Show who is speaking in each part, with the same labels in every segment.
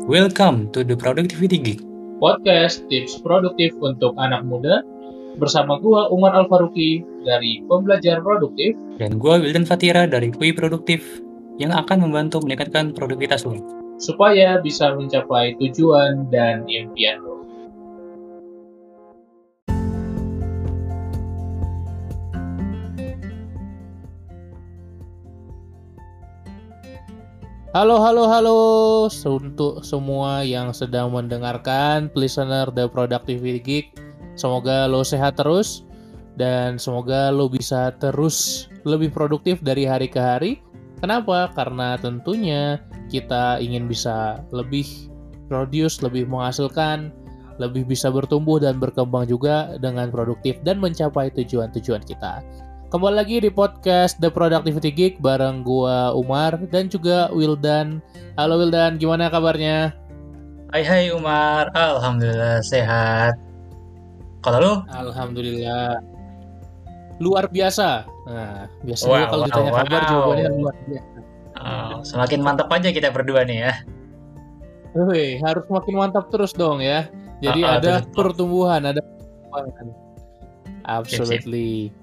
Speaker 1: Welcome to the Productivity Geek.
Speaker 2: Podcast tips produktif untuk anak muda bersama gua Umar Al-Faruqi dari Pembelajar Produktif
Speaker 1: Dan gue Wildan Fatira dari Kui Produktif yang akan membantu meningkatkan produktivitas lo.
Speaker 2: supaya bisa mencapai tujuan dan impian lo. Halo untuk semua yang sedang mendengarkan listener The Productivity Geek. Semoga lo sehat terus dan semoga lo bisa terus lebih produktif dari hari ke hari. Kenapa? Karena tentunya kita ingin bisa lebih produce, lebih menghasilkan, lebih bisa bertumbuh dan berkembang juga dengan produktif dan mencapai tujuan-tujuan kita. Kembali lagi di podcast The Productivity Geek bareng gua Umar dan juga Wildan. Halo Wildan, gimana kabarnya?
Speaker 1: Hai Umar, alhamdulillah sehat. Kalau lo?
Speaker 2: Alhamdulillah. Luar biasa. Nah, biasanya kalau ditanya kabar jawabannya luar biasa.
Speaker 1: Semakin mantap aja kita berdua nih ya.
Speaker 2: Wih, harus makin mantap terus dong ya. Jadi ada pertumbuhan, ada perkembangan. Absolutely.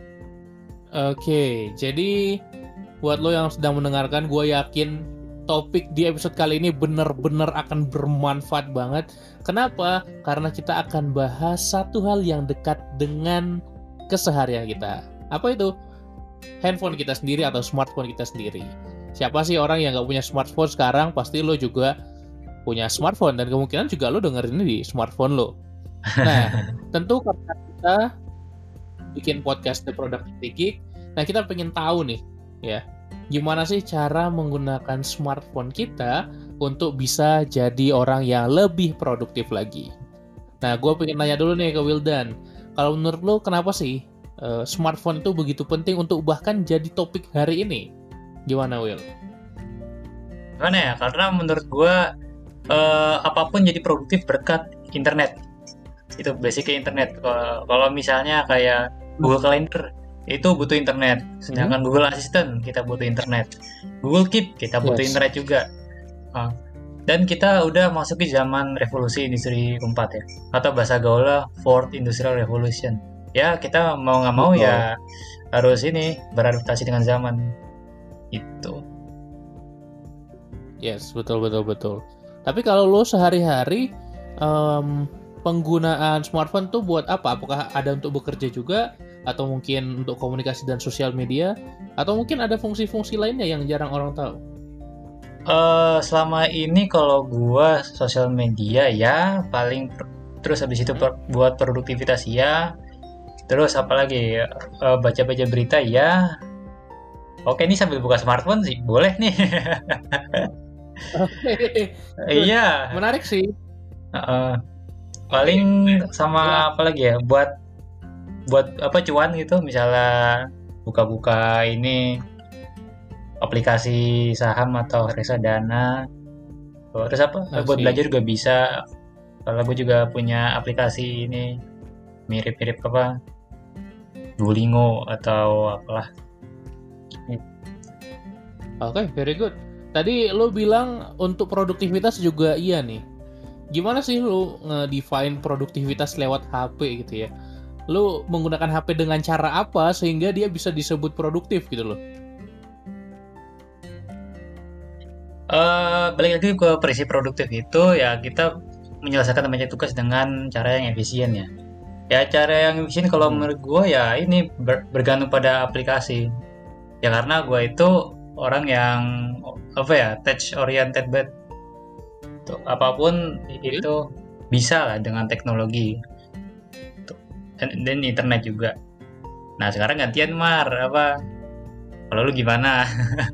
Speaker 2: Oke, jadi buat lo yang sedang mendengarkan, gue yakin topik di episode kali ini benar-benar akan bermanfaat banget. Kenapa? Karena kita akan bahas satu hal yang dekat dengan keseharian kita. Apa itu? Handphone kita sendiri atau smartphone kita sendiri. Siapa sih orang yang nggak punya smartphone sekarang? Pasti lo juga punya smartphone dan kemungkinan juga lo dengerin ini di smartphone lo. Nah, tentu karena kita bikin podcast The Productivity Geek, nah kita pengen tahu nih, ya, gimana sih cara menggunakan smartphone kita untuk bisa jadi orang yang lebih produktif lagi. Nah, gue pengen nanya dulu nih ke Wildan, kalau menurut lo kenapa sih smartphone itu begitu penting untuk bahkan jadi topik hari ini? Gimana, Will?
Speaker 1: Gimana ya? Karena menurut gue apapun jadi produktif berkat internet. Itu basicnya internet. Kalau misalnya kayak Google Calendar itu butuh internet, sedangkan Google Assistant kita butuh internet, Google Keep kita butuh internet juga. Dan kita udah masuk ke zaman revolusi industri keempat ya, atau bahasa gaulnya Fourth Industrial Revolution. Ya kita mau nggak mau ya harus ini beradaptasi dengan zaman itu.
Speaker 2: Yes, betul. Tapi kalau lo sehari-hari penggunaan smartphone tuh buat apa? Apakah ada untuk bekerja juga? Atau mungkin untuk komunikasi dan sosial media? Atau mungkin ada fungsi-fungsi lainnya yang jarang orang tahu?
Speaker 1: Selama ini kalau gua sosial media ya paling terus habis itu buat produktivitas ya. Terus apalagi baca-baca berita ya. Oke, ini sambil buka smartphone sih boleh nih. Iya.
Speaker 2: Menarik sih.
Speaker 1: Paling sama apa lagi ya, buat apa cuan gitu, misalnya buka-buka ini aplikasi saham atau reksadana. Terus apa buat belajar juga bisa. Kalau gue juga punya aplikasi ini mirip-mirip apa Duolingo atau apalah.
Speaker 2: Oke, very good. Tadi lo bilang untuk produktivitas juga iya nih. Gimana sih lo nge-define produktivitas lewat HP gitu ya? Lo menggunakan HP dengan cara apa sehingga dia bisa disebut produktif gitu loh?
Speaker 1: Balik lagi ke prinsip produktif itu ya kita menyelesaikan banyak tugas dengan cara yang efisien ya. Ya cara yang efisien kalau menurut gue ya ini bergantung pada aplikasi. Ya karena gue itu orang yang apa ya touch oriented banget. Apapun itu bisa lah dengan teknologi dan internet juga. Nah sekarang gantian Mar, apa kalau lu gimana?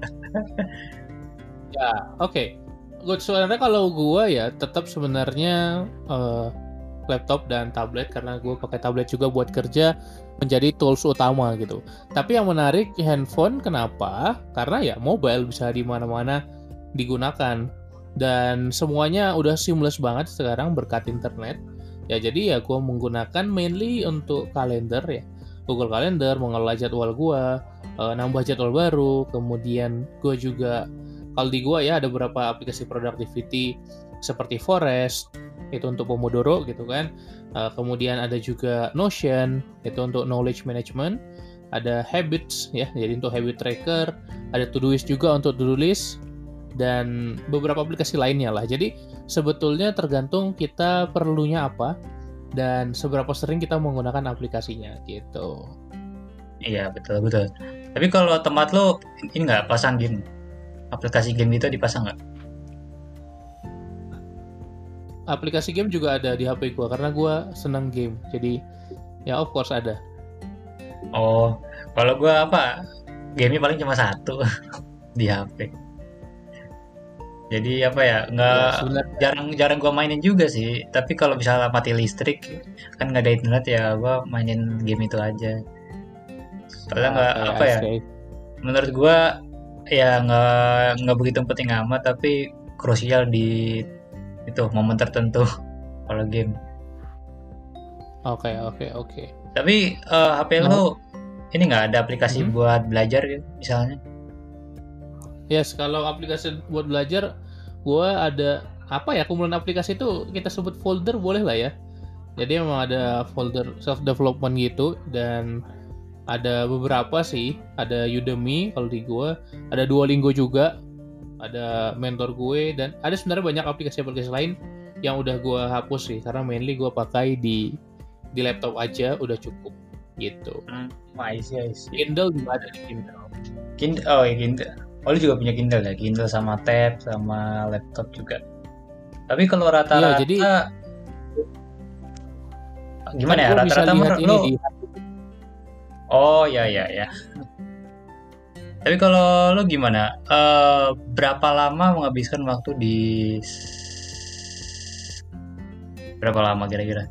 Speaker 2: Ya oke. Good, sebenarnya kalau gue ya tetap sebenarnya laptop dan tablet, karena gue pakai tablet juga buat kerja, menjadi tools utama gitu. Tapi yang menarik handphone, kenapa? Karena ya mobile bisa di mana-mana digunakan dan semuanya udah seamless banget sekarang berkat internet. Ya jadi ya gue menggunakan mainly untuk kalender ya, Google Calendar, mengelola jadwal gue, nambah jadwal baru, kemudian gue juga Kalau di gua ya ada beberapa aplikasi productivity seperti Forest itu untuk Pomodoro gitu kan. Kemudian ada juga Notion itu untuk knowledge management, ada Habits ya jadi untuk habit tracker, ada Todoist juga untuk to-do list dan beberapa aplikasi lainnya lah. Jadi sebetulnya tergantung kita perlunya apa dan seberapa sering kita menggunakan aplikasinya gitu.
Speaker 1: Iya, betul betul. Tapi kalau tempat lo ini nggak pasang game, aplikasi game itu dipasang nggak?
Speaker 2: Aplikasi game juga ada di HP gua karena gua senang game. Jadi ya of course ada.
Speaker 1: Oh, kalau gua apa? Gamenya paling cuma satu di HP. Jadi apa ya? Nggak
Speaker 2: Ya sebenarnya
Speaker 1: jarang gua mainin juga sih. Tapi kalau misalnya mati listrik kan nggak ada internet ya, gua mainin game itu aja. Soalnya nggak
Speaker 2: kayak
Speaker 1: apa ya?
Speaker 2: ICE.
Speaker 1: Menurut gua ya nggak begitu penting amat, tapi krusial di itu momen tertentu kalau game.
Speaker 2: Oke.
Speaker 1: Tapi HP
Speaker 2: Nah,
Speaker 1: lu ini nggak ada aplikasi
Speaker 2: mhm.
Speaker 1: buat belajar gitu misalnya?
Speaker 2: Yes, kalau aplikasi buat belajar, gua ada apa ya kumpulan aplikasi itu kita sebut folder boleh lah ya. Jadi memang ada folder self development gitu dan ada beberapa sih, ada Udemy kalau di gua, ada Duolingo juga, ada mentor gue dan ada sebenarnya banyak aplikasi-aplikasi lain yang udah gua hapus sih karena mainly gua pakai di laptop aja udah cukup gitu.
Speaker 1: I see, I see.
Speaker 2: Kindle juga ada di Kindle.
Speaker 1: Kindle, oh ya Kindle. Oh, lu juga punya Kindle ya? Kindle sama tab sama laptop juga. Tapi kalau
Speaker 2: Iya, jadi
Speaker 1: rata-rata
Speaker 2: kan
Speaker 1: gimana ya?
Speaker 2: gue bisa
Speaker 1: Rata-rata
Speaker 2: lihat ini
Speaker 1: lu
Speaker 2: di
Speaker 1: oh ya ya ya. Tapi kalau lu gimana? Berapa lama menghabiskan waktu di berapa lama kira-kira?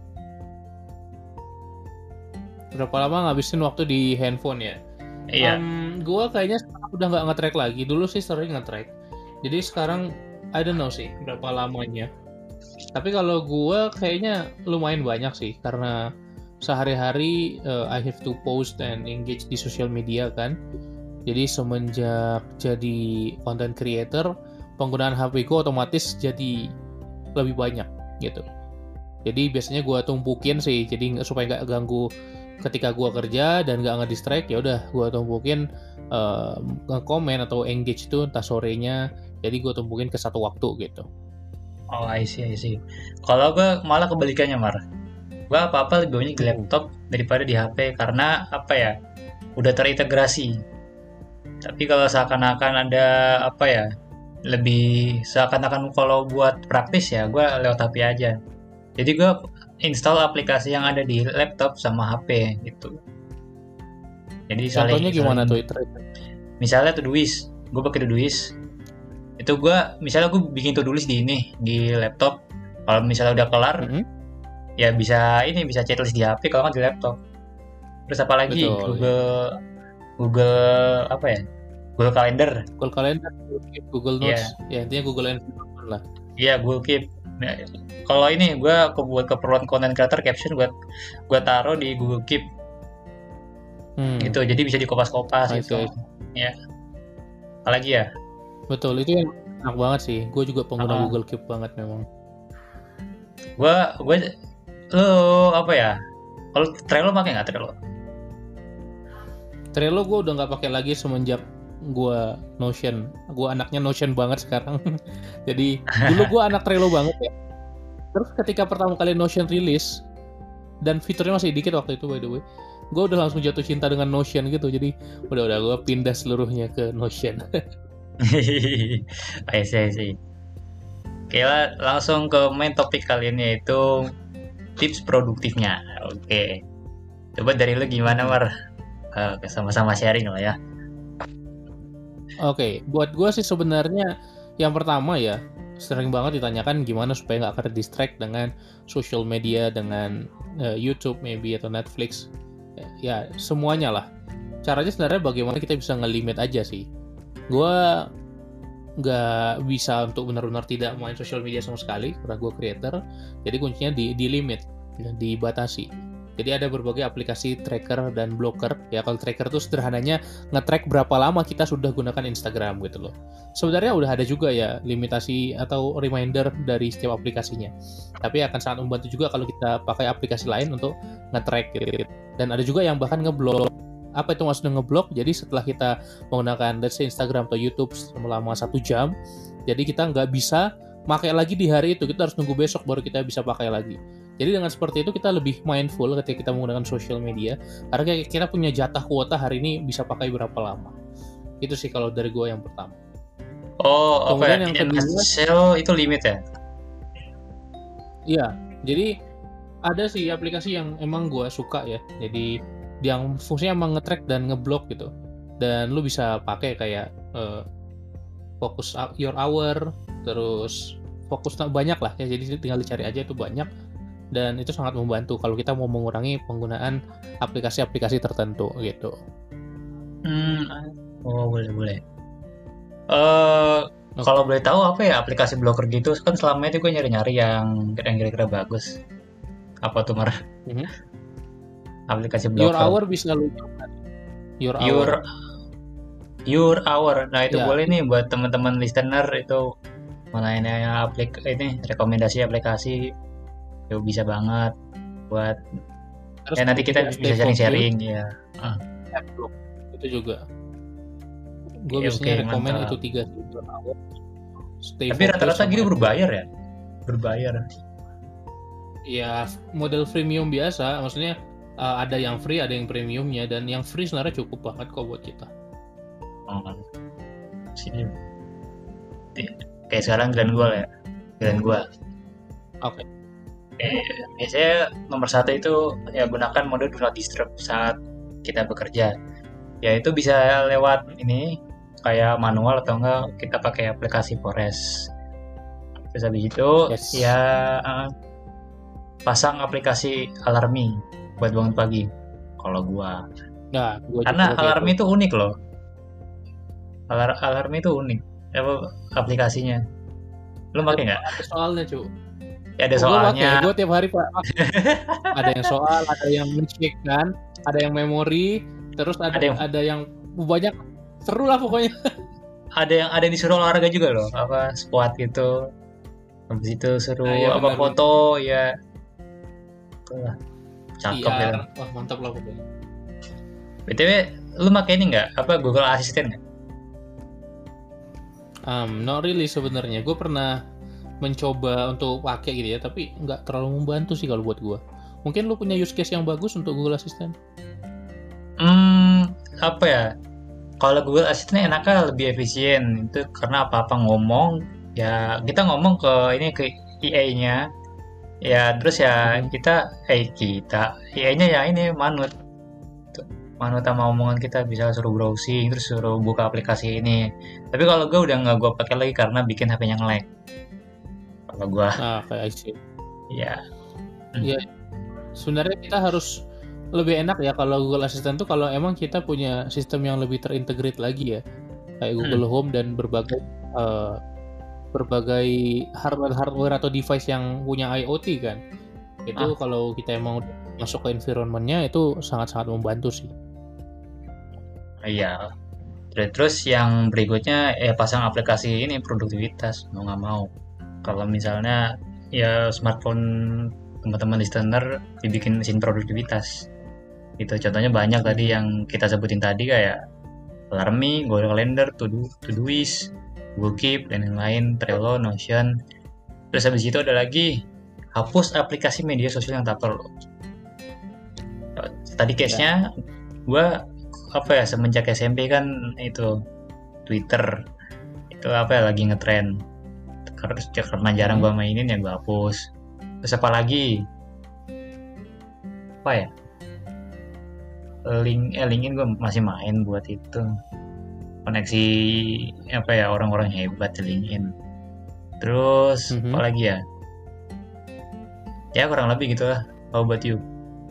Speaker 2: berapa lama ngabisin waktu di handphone ya.
Speaker 1: Iya.
Speaker 2: Gue kayaknya sekarang udah nggak nge-track lagi. Dulu sih sering nge-track. Jadi sekarang I don't know sih berapa lamanya. Tapi kalau gue kayaknya lumayan banyak sih karena sehari-hari I have to post and engage di social media kan. Jadi semenjak jadi content creator, penggunaan HP gue otomatis jadi lebih banyak gitu. Jadi biasanya gue tumpukin sih, jadi supaya nggak ganggu ketika gue kerja dan nggak nge-distract, ya udah gue tumpukin nge-comment atau engage itu entah sorenya, jadi gue tumpukin ke satu waktu gitu.
Speaker 1: Oh, I see, I see. Kalau gue malah kebalikannya, Mar. Gue apa-apa lebih banyak di laptop daripada di HP karena apa ya? Udah terintegrasi. Tapi kalau seakan-akan ada apa ya? Lebih seakan-akan kalau buat praktis ya, gue lewat HP aja. Jadi gue install aplikasi yang ada di laptop sama HP gitu. Jadi
Speaker 2: Contohnya gimana tuh?
Speaker 1: misalnya Todoist, gue pakai Todoist. Itu gue misalnya gue bikin to-do list di laptop. Kalau misalnya udah kelar, ya bisa checklist di HP kalau nggak di laptop. Terus apa lagi?
Speaker 2: Betul,
Speaker 1: Google apa ya? Google Calendar.
Speaker 2: Google Calendar, Google Notes, ya intinya Google Environment lah.
Speaker 1: Iya, Google Keep. Nah, kalau ini gue buat keperluan content creator caption gue taruh di Google Keep. Gitu, jadi bisa dikopas-kopas gitu. Ya. Apalagi ya?
Speaker 2: Betul, itu yang enak banget sih. Gue juga pengguna Google Keep banget memang.
Speaker 1: Gue lo apa ya? Kalau Trello pakai nggak Trello?
Speaker 2: Trello gue udah nggak pakai lagi semenjak gue Notion. Gue anaknya Notion banget sekarang. Jadi dulu gue anak Trello banget ya. Terus ketika pertama kali Notion rilis dan fiturnya masih dikit waktu itu by the way, gue udah langsung jatuh cinta dengan Notion gitu. Jadi udah gue pindah seluruhnya ke Notion.
Speaker 1: I see. Oke lah, langsung ke main topik kali ini yaitu tips produktifnya. Oke. Coba dari lu gimana, Mar? Sama-sama sharing lah ya.
Speaker 2: Oke, buat gue sih sebenarnya yang pertama ya, sering banget ditanyakan gimana supaya nggak ke-distract dengan social media, dengan YouTube maybe atau Netflix. Ya, semuanya lah. Caranya sebenarnya bagaimana kita bisa ngelimit aja sih. Gue nggak bisa untuk benar-benar tidak main social media sama sekali karena gue creator. Jadi kuncinya di limit, dibatasi. Jadi ada berbagai aplikasi tracker dan blocker. Ya kalau tracker itu sederhananya nge-track berapa lama kita sudah gunakan Instagram gitu loh. Sebenarnya udah ada juga ya limitasi atau reminder dari setiap aplikasinya. Tapi akan sangat membantu juga kalau kita pakai aplikasi lain untuk nge-track gitu. Dan ada juga yang bahkan ngeblok. Apa itu maksudnya ngeblok? Jadi setelah kita menggunakan let's say Instagram atau YouTube selama 1 jam, jadi kita nggak bisa pakai lagi di hari itu. Kita harus nunggu besok baru kita bisa pakai lagi. Jadi dengan seperti itu kita lebih mindful ketika kita menggunakan social media, karena kita punya jatah kuota hari ini bisa pakai berapa lama. Itu sih kalau dari gue yang pertama.
Speaker 1: Oh,
Speaker 2: Kemudian
Speaker 1: yang
Speaker 2: yang kedua,
Speaker 1: sale itu limit ya?
Speaker 2: iya. Jadi ada sih aplikasi yang emang gue suka ya. Jadi yang fungsinya emang nge-track dan nge-block gitu. Dan lu bisa pakai kayak focus your hour, terus fokus banyak lah ya. Jadi tinggal dicari aja itu banyak. Dan itu sangat membantu kalau kita mau mengurangi penggunaan aplikasi-aplikasi tertentu gitu.
Speaker 1: Oh boleh. Kalau boleh tahu apa ya aplikasi blocker gitu kan selama itu gue nyari-nyari yang kira-kira bagus. Apa tuh Mar? Aplikasi blocker.
Speaker 2: Your Hour bisa lu coba.
Speaker 1: Your Hour. Nah itu
Speaker 2: Ya.
Speaker 1: boleh nih buat teman-teman listener itu menanya ini rekomendasi aplikasi. Itu bisa banget buat
Speaker 2: Terus
Speaker 1: nanti kita bisa sharing-sharing ya.
Speaker 2: Block itu juga. Gue
Speaker 1: Oke,
Speaker 2: biasanya rekomen
Speaker 1: mantap.
Speaker 2: itu 3 sih Your Hour.
Speaker 1: Tapi rata-rata gitu berbayar ya? Berbayar.
Speaker 2: Ya model freemium biasa, maksudnya ada yang free, ada yang premiumnya, dan yang free sebenarnya cukup banget kok buat kita.
Speaker 1: Sini. Kayak sekarang Grand Gua.
Speaker 2: Oke.
Speaker 1: Biasanya nomor 1 itu ya gunakan mode do not disturb saat kita bekerja. Ya itu bisa lewat ini kayak manual atau enggak kita pakai aplikasi Forest. Terus habis itu ya pasang aplikasi Alarmi buat bangun pagi. Kalau gua.
Speaker 2: Nah,
Speaker 1: karena Alarmi itu unik loh. Alarmi itu unik. Aplikasinya. Lu pakai nggak?
Speaker 2: Ada soalnya cu.
Speaker 1: Ya ada soalnya.
Speaker 2: Gue tiap hari pak. Ada yang soal, ada yang mencek kan, ada yang memori, terus ada yang banyak, seru lah pokoknya.
Speaker 1: Ada yang disuruh olahraga juga loh, apa squat gitu. Habis itu suruh foto ya. Itulah. Cakep ya.
Speaker 2: Wah mantap lah pokoknya.
Speaker 1: BTW, lu pakai ini nggak? Apa Google Assistant nggak?
Speaker 2: Not really sebenarnya. Gue pernah mencoba untuk pakai gitu ya, tapi nggak terlalu membantu sih kalau buat gue. Mungkin lu punya use case yang bagus untuk Google Assistant?
Speaker 1: Apa ya? Kalau Google Assistant enaknya lebih efisien itu karena apa-apa ngomong ya kita ngomong ke EA-nya ya terus ya kita EA-nya ya ini manut sama omongan kita bisa suruh browsing terus suruh buka aplikasi ini. Tapi kalau gue udah nggak gue pakai lagi karena bikin HP-nya nge-lag. Kalau gue.
Speaker 2: Kayak sih.
Speaker 1: Iya.
Speaker 2: Iya. Sebenarnya kita harus lebih enak ya kalau Google Assistant tuh kalau emang kita punya sistem yang lebih terintegrate lagi ya. Kayak Google Home dan berbagai hardware atau device yang punya IoT kan. Itu kalau kita emang masuk ke environment-nya itu sangat-sangat membantu sih.
Speaker 1: Iya. Terus yang berikutnya ya pasang aplikasi ini produktivitas mau nggak mau. Kalau misalnya ya smartphone teman-teman listener dibikin mesin produktivitas. Itu contohnya banyak tadi yang kita sebutin tadi kayak Alarmi, Google Calendar, Todoist, Google Keep dan lain-lain, Trello, Notion. Terus habis itu ada lagi hapus aplikasi media sosial yang tak perlu. Tadi case-nya gue semenjak SMP kan itu Twitter itu lagi ngetrend karena jarang gue mainin ya gue hapus. Terus apa lagi LinkedIn gue masih main buat itu koneksi orang-orang hebat di LinkedIn. Terus apa lagi ya kurang lebih gitulah. How about you?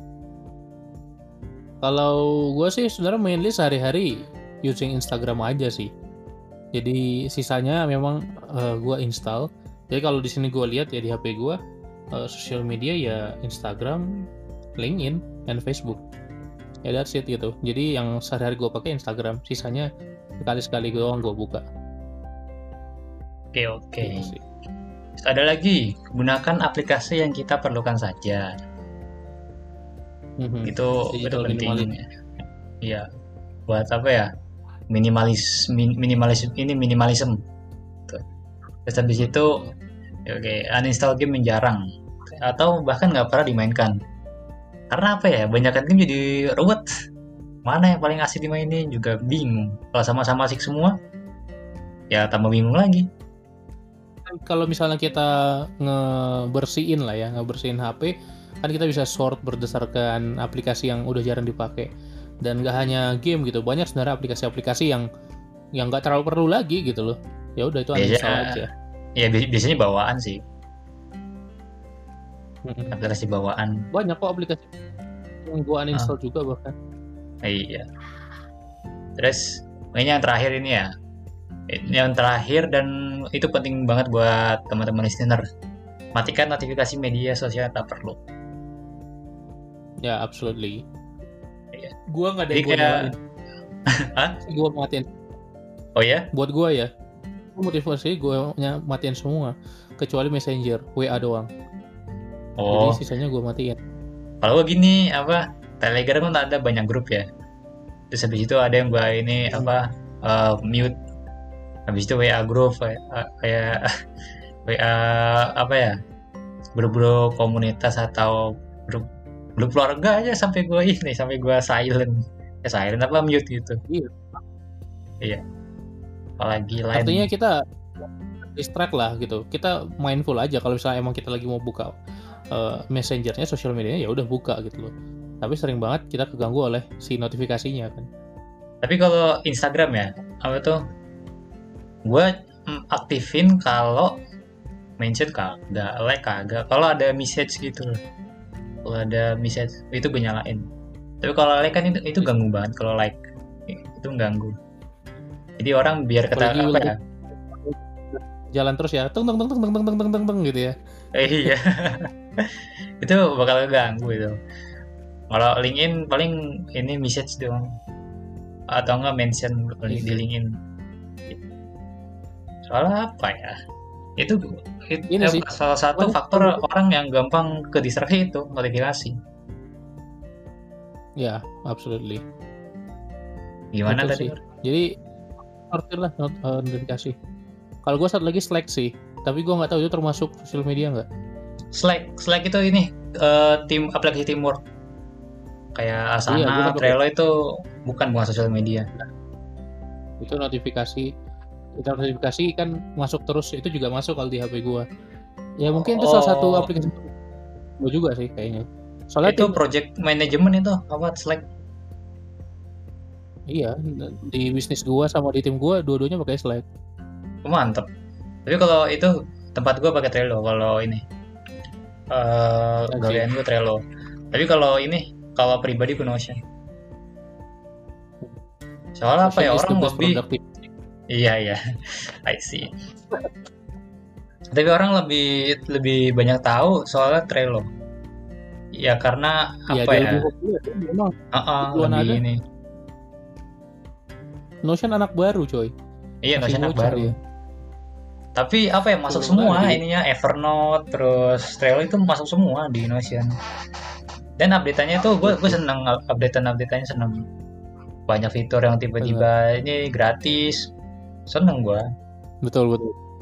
Speaker 2: Kalau gue sih sebenarnya mainly sehari-hari using Instagram aja sih. Jadi sisanya memang gue install. Jadi kalau di sini gue lihat ya di HP gue sosial media ya Instagram, LinkedIn, dan Facebook. Ya that's it gitu. Jadi yang sehari-hari gue pakai Instagram, sisanya sekali-sekali doang gue buka.
Speaker 1: Oke.
Speaker 2: Gitu sih.
Speaker 1: Ada lagi, gunakan aplikasi yang kita perlukan saja. Itu
Speaker 2: Digital
Speaker 1: penting.
Speaker 2: minimalism.
Speaker 1: Iya. Buat apa ya? Minimalism. Tuh. Terus habis itu, uninstall game yang jarang atau bahkan nggak pernah dimainkan. Karena apa ya? Banyak game jadi ruwet. Mana yang paling asik dimainin juga bingung. Kalau sama-sama asik semua, ya tambah bingung lagi.
Speaker 2: Kalau misalnya kita ngebersihin HP, kan kita bisa sort berdasarkan aplikasi yang udah jarang dipakai. Dan nggak hanya game gitu, banyak sebenarnya aplikasi-aplikasi yang nggak terlalu perlu lagi gitu loh. Ya udah itu uninstall aja.
Speaker 1: Ya biasanya bawaan sih. Aplikasi bawaan.
Speaker 2: Banyak kok aplikasi yang gua uninstall juga bahkan.
Speaker 1: Iya. Terus ini yang terakhir ini ya. Yang terakhir dan itu penting banget buat teman-teman listener. Matikan notifikasi media sosial yang tak perlu.
Speaker 2: Ya, absolutely.
Speaker 1: Iya.
Speaker 2: Gua nggak ada yang
Speaker 1: kayak...
Speaker 2: Hah? Gua matiin.
Speaker 1: Oh ya?
Speaker 2: Buat gua ya. Motivasi gua matiin semua kecuali Messenger, WA doang.
Speaker 1: Oh.
Speaker 2: Jadi sisanya gua matiin.
Speaker 1: Kalau gini Telegram kan ada banyak grup ya. Terus habis itu ada yang gua ini mute. Habis itu WA group kayak WA grup komunitas atau grup keluarga aja sampai gua silent. Silent apa mute gitu. Iya. Apalagi lain.
Speaker 2: Artinya kita distract lah gitu. Kita mindful aja kalau misalnya emang kita lagi mau buka messengernya, sosial medianya ya udah buka gitu loh. Tapi sering banget kita keganggu oleh si notifikasinya kan.
Speaker 1: Tapi kalau Instagram ya, gue aktifin kalau mention kagak, like kagak. Kalau ada message gitu loh. Kalau ada message itu gue nyalain. Tapi kalau like kan itu ganggu banget kalau like. Itu ganggu. Jadi orang biar kata
Speaker 2: jalan terus ya, tung gitu ya.
Speaker 1: Iya. Itu bakal ganggu itu. Kalau LinkedIn paling ini message doang. Atau enggak mention di LinkedIn. Soalnya apa ya? Itu salah satu faktor orang yang gampang ke distraksi itu notifikasi.
Speaker 2: Ya, absolutely.
Speaker 1: Gimana
Speaker 2: betul
Speaker 1: tadi?
Speaker 2: Sih. Jadi sortir lah notifikasi. Kalau gue satu lagi Slack sih, tapi gue nggak tahu itu termasuk sosial media nggak?
Speaker 1: Slack itu ini aplikasi teamwork. Kayak Asana, Trello itu bukan sosial media.
Speaker 2: Itu notifikasi kan masuk terus, itu juga masuk kalau di HP gua. Ya mungkin itu salah satu aplikasi gua juga sih kayaknya. Soalnya
Speaker 1: itu project management itu Slack.
Speaker 2: Iya, di bisnis gua sama di tim gua dua-duanya pakai Slack.
Speaker 1: Mantap. Tapi kalau itu tempat gua pakai Trello kalau ini. Gawean gua Trello. Tapi kalau pribadi gue Notion. Soalnya apa ya, orang lebih Iya, I see. Tapi orang lebih banyak tahu soalnya Trello. Ya karena apa ya? Lebih ini.
Speaker 2: Notion anak baru, coy.
Speaker 1: Iya, Notion anak baru. Ya. Tapi apa ya, masuk semua ininya, Evernote, terus Trello itu masuk semua di Notion. Dan update-nya tuh gue seneng, update-nya seneng. Banyak fitur yang tiba-tiba ini gratis. Seneng gue.
Speaker 2: Betul.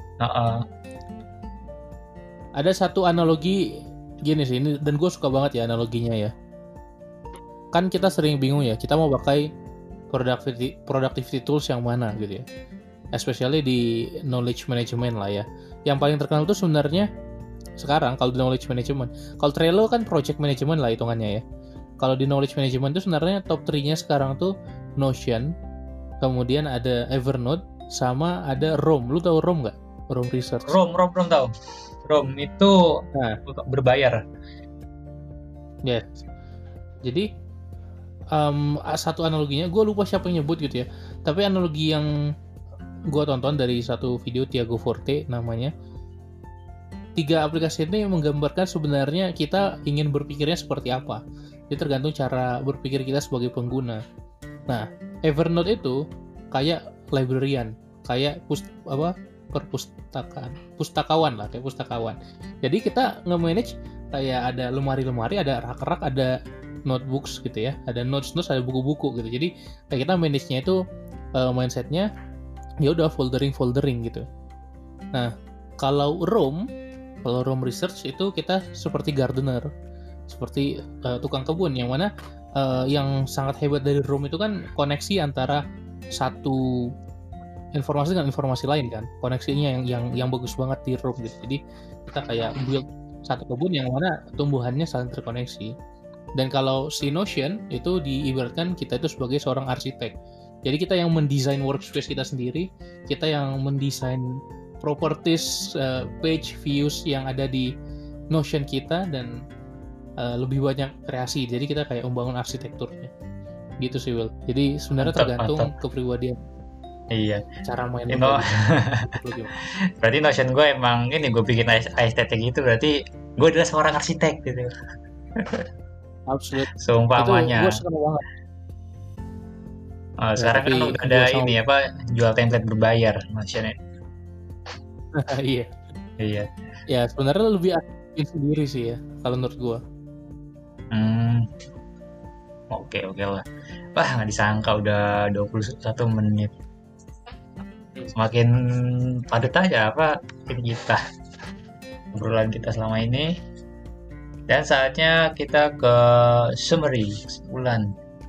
Speaker 2: Ada satu analogi gini sih, ini dan gue suka banget ya analoginya ya. Kan kita sering bingung ya, kita mau pakai productivity tools yang mana gitu ya. Especially di knowledge management lah ya. Yang paling terkenal tuh sebenarnya sekarang kalau di knowledge management. Kalau Trello kan project management lah hitungannya ya. Kalau di knowledge management tuh sebenarnya top 3-nya sekarang tuh Notion, kemudian ada Evernote, sama ada Roam. Lu tahu Roam nggak? Roam Research.
Speaker 1: Roam tahu. Roam itu berbayar.
Speaker 2: Yes. Jadi satu analoginya, gue lupa siapa yang nyebut gitu ya. Tapi analogi yang gue tonton dari satu video Tiago Forte namanya. tiga aplikasi ini menggambarkan sebenarnya kita ingin berpikirnya seperti apa. Jadi tergantung cara berpikir kita sebagai pengguna. Nah, Evernote itu kayak librarian, kayak pustakawan lah, kayak pustakawan. Jadi kita nge-manage kayak ada lemari-lemari, ada rak-rak, ada notebooks gitu ya, ada notes, ada buku-buku gitu. Jadi kayak kita manage-nya itu mindset-nya ya udah foldering gitu. Nah, kalau Roam research itu kita seperti gardener, seperti tukang kebun, yang mana yang sangat hebat dari Roam itu kan koneksi antara satu informasi dengan informasi lain kan, koneksinya yang bagus banget di Roam gitu. Jadi kita kayak build satu kebun yang mana tumbuhannya saling terkoneksi. Dan kalau si Notion itu diibaratkan kita itu sebagai seorang arsitek. Jadi kita yang mendesain workspace kita sendiri, kita yang mendesain properties, page views yang ada di Notion kita, dan lebih banyak kreasi. Jadi kita kayak membangun arsitekturnya. Gitu sih, Will. Jadi sebenarnya tergantung kepribadian.
Speaker 1: Iya.
Speaker 2: Cara main
Speaker 1: Berarti Notion gue emang ini gue bikin estetik gitu, berarti gue adalah seorang arsitek gitu.
Speaker 2: Absolut.
Speaker 1: Seumpamanya.
Speaker 2: Itu gue suka banget.
Speaker 1: Sekarang kan udah ada ini apa, jual template berbayar Notion.
Speaker 2: Iya. Ya sebenarnya lebih aktif sendiri sih ya kalau menurut gue.
Speaker 1: Oke lah. Wah, nggak disangka udah 21 menit. Semakin padat aja apa kita obrolan kita selama ini. Dan saatnya kita ke summary, kesimpulan.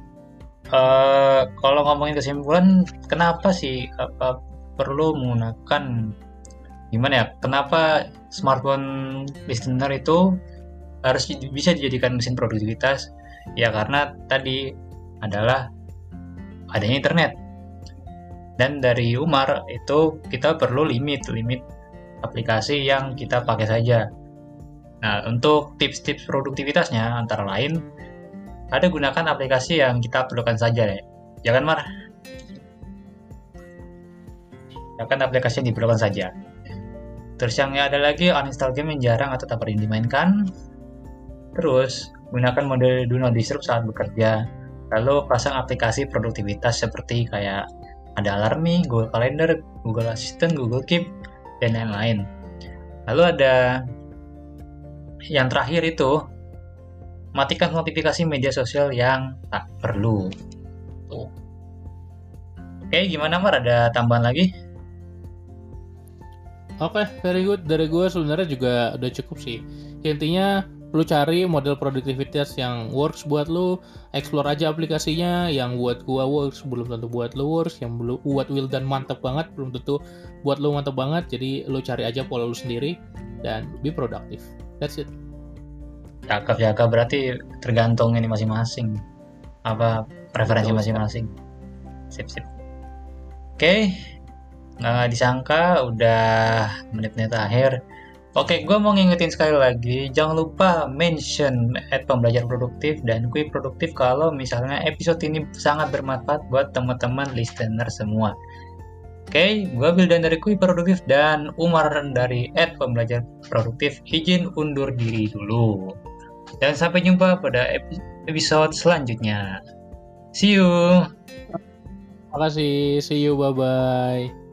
Speaker 1: Kalau ngomongin kesimpulan, kenapa sih perlu menggunakan, gimana ya, kenapa smartphone listener itu harus bisa dijadikan mesin produktivitas? Ya karena tadi adalah adanya internet. Dan dari Umar itu kita perlu limit aplikasi yang kita pakai saja. Nah, untuk tips-tips produktivitasnya antara lain, ada gunakan aplikasi yang kita perlukan saja ya. Jangan Mar. Gunakan aplikasi yang diperlukan saja. Terus yang ada lagi, uninstall game yang jarang atau tak pernah dimainkan. Terus, gunakan mode do not disturb saat bekerja. Lalu pasang aplikasi produktivitas seperti kayak ada Alarmy, Google Calendar, Google Assistant, Google Keep, dan lain-lain. Lalu ada yang terakhir itu, matikan notifikasi media sosial yang tak perlu. Tuh. Oke, gimana Mar? Ada tambahan lagi?
Speaker 2: Oke, very good. Dari gue sebenarnya juga udah cukup sih. Intinya lu cari model produktivitas yang works buat lu, explore aja aplikasinya. Yang buat gua works belum tentu buat lu works, yang buat Will dan mantep banget belum tentu buat lu mantep banget. Jadi lu cari aja pola lu sendiri dan be productive. That's it.
Speaker 1: Cakep, berarti tergantung ini masing-masing, apa preferensi masing-masing. Sip. Oke. Nggak disangka udah menit-menit akhir. Oke, gue mau ngingetin sekali lagi, jangan lupa mention @pembelajar produktif dan Kui Produktif kalau misalnya episode ini sangat bermanfaat buat teman-teman listener semua. Oke, gue Wildan dari Kui Produktif dan Umar dari @pembelajar produktif izin undur diri dulu. Dan sampai jumpa pada episode selanjutnya. See you.
Speaker 2: Terima kasih, see you, bye-bye.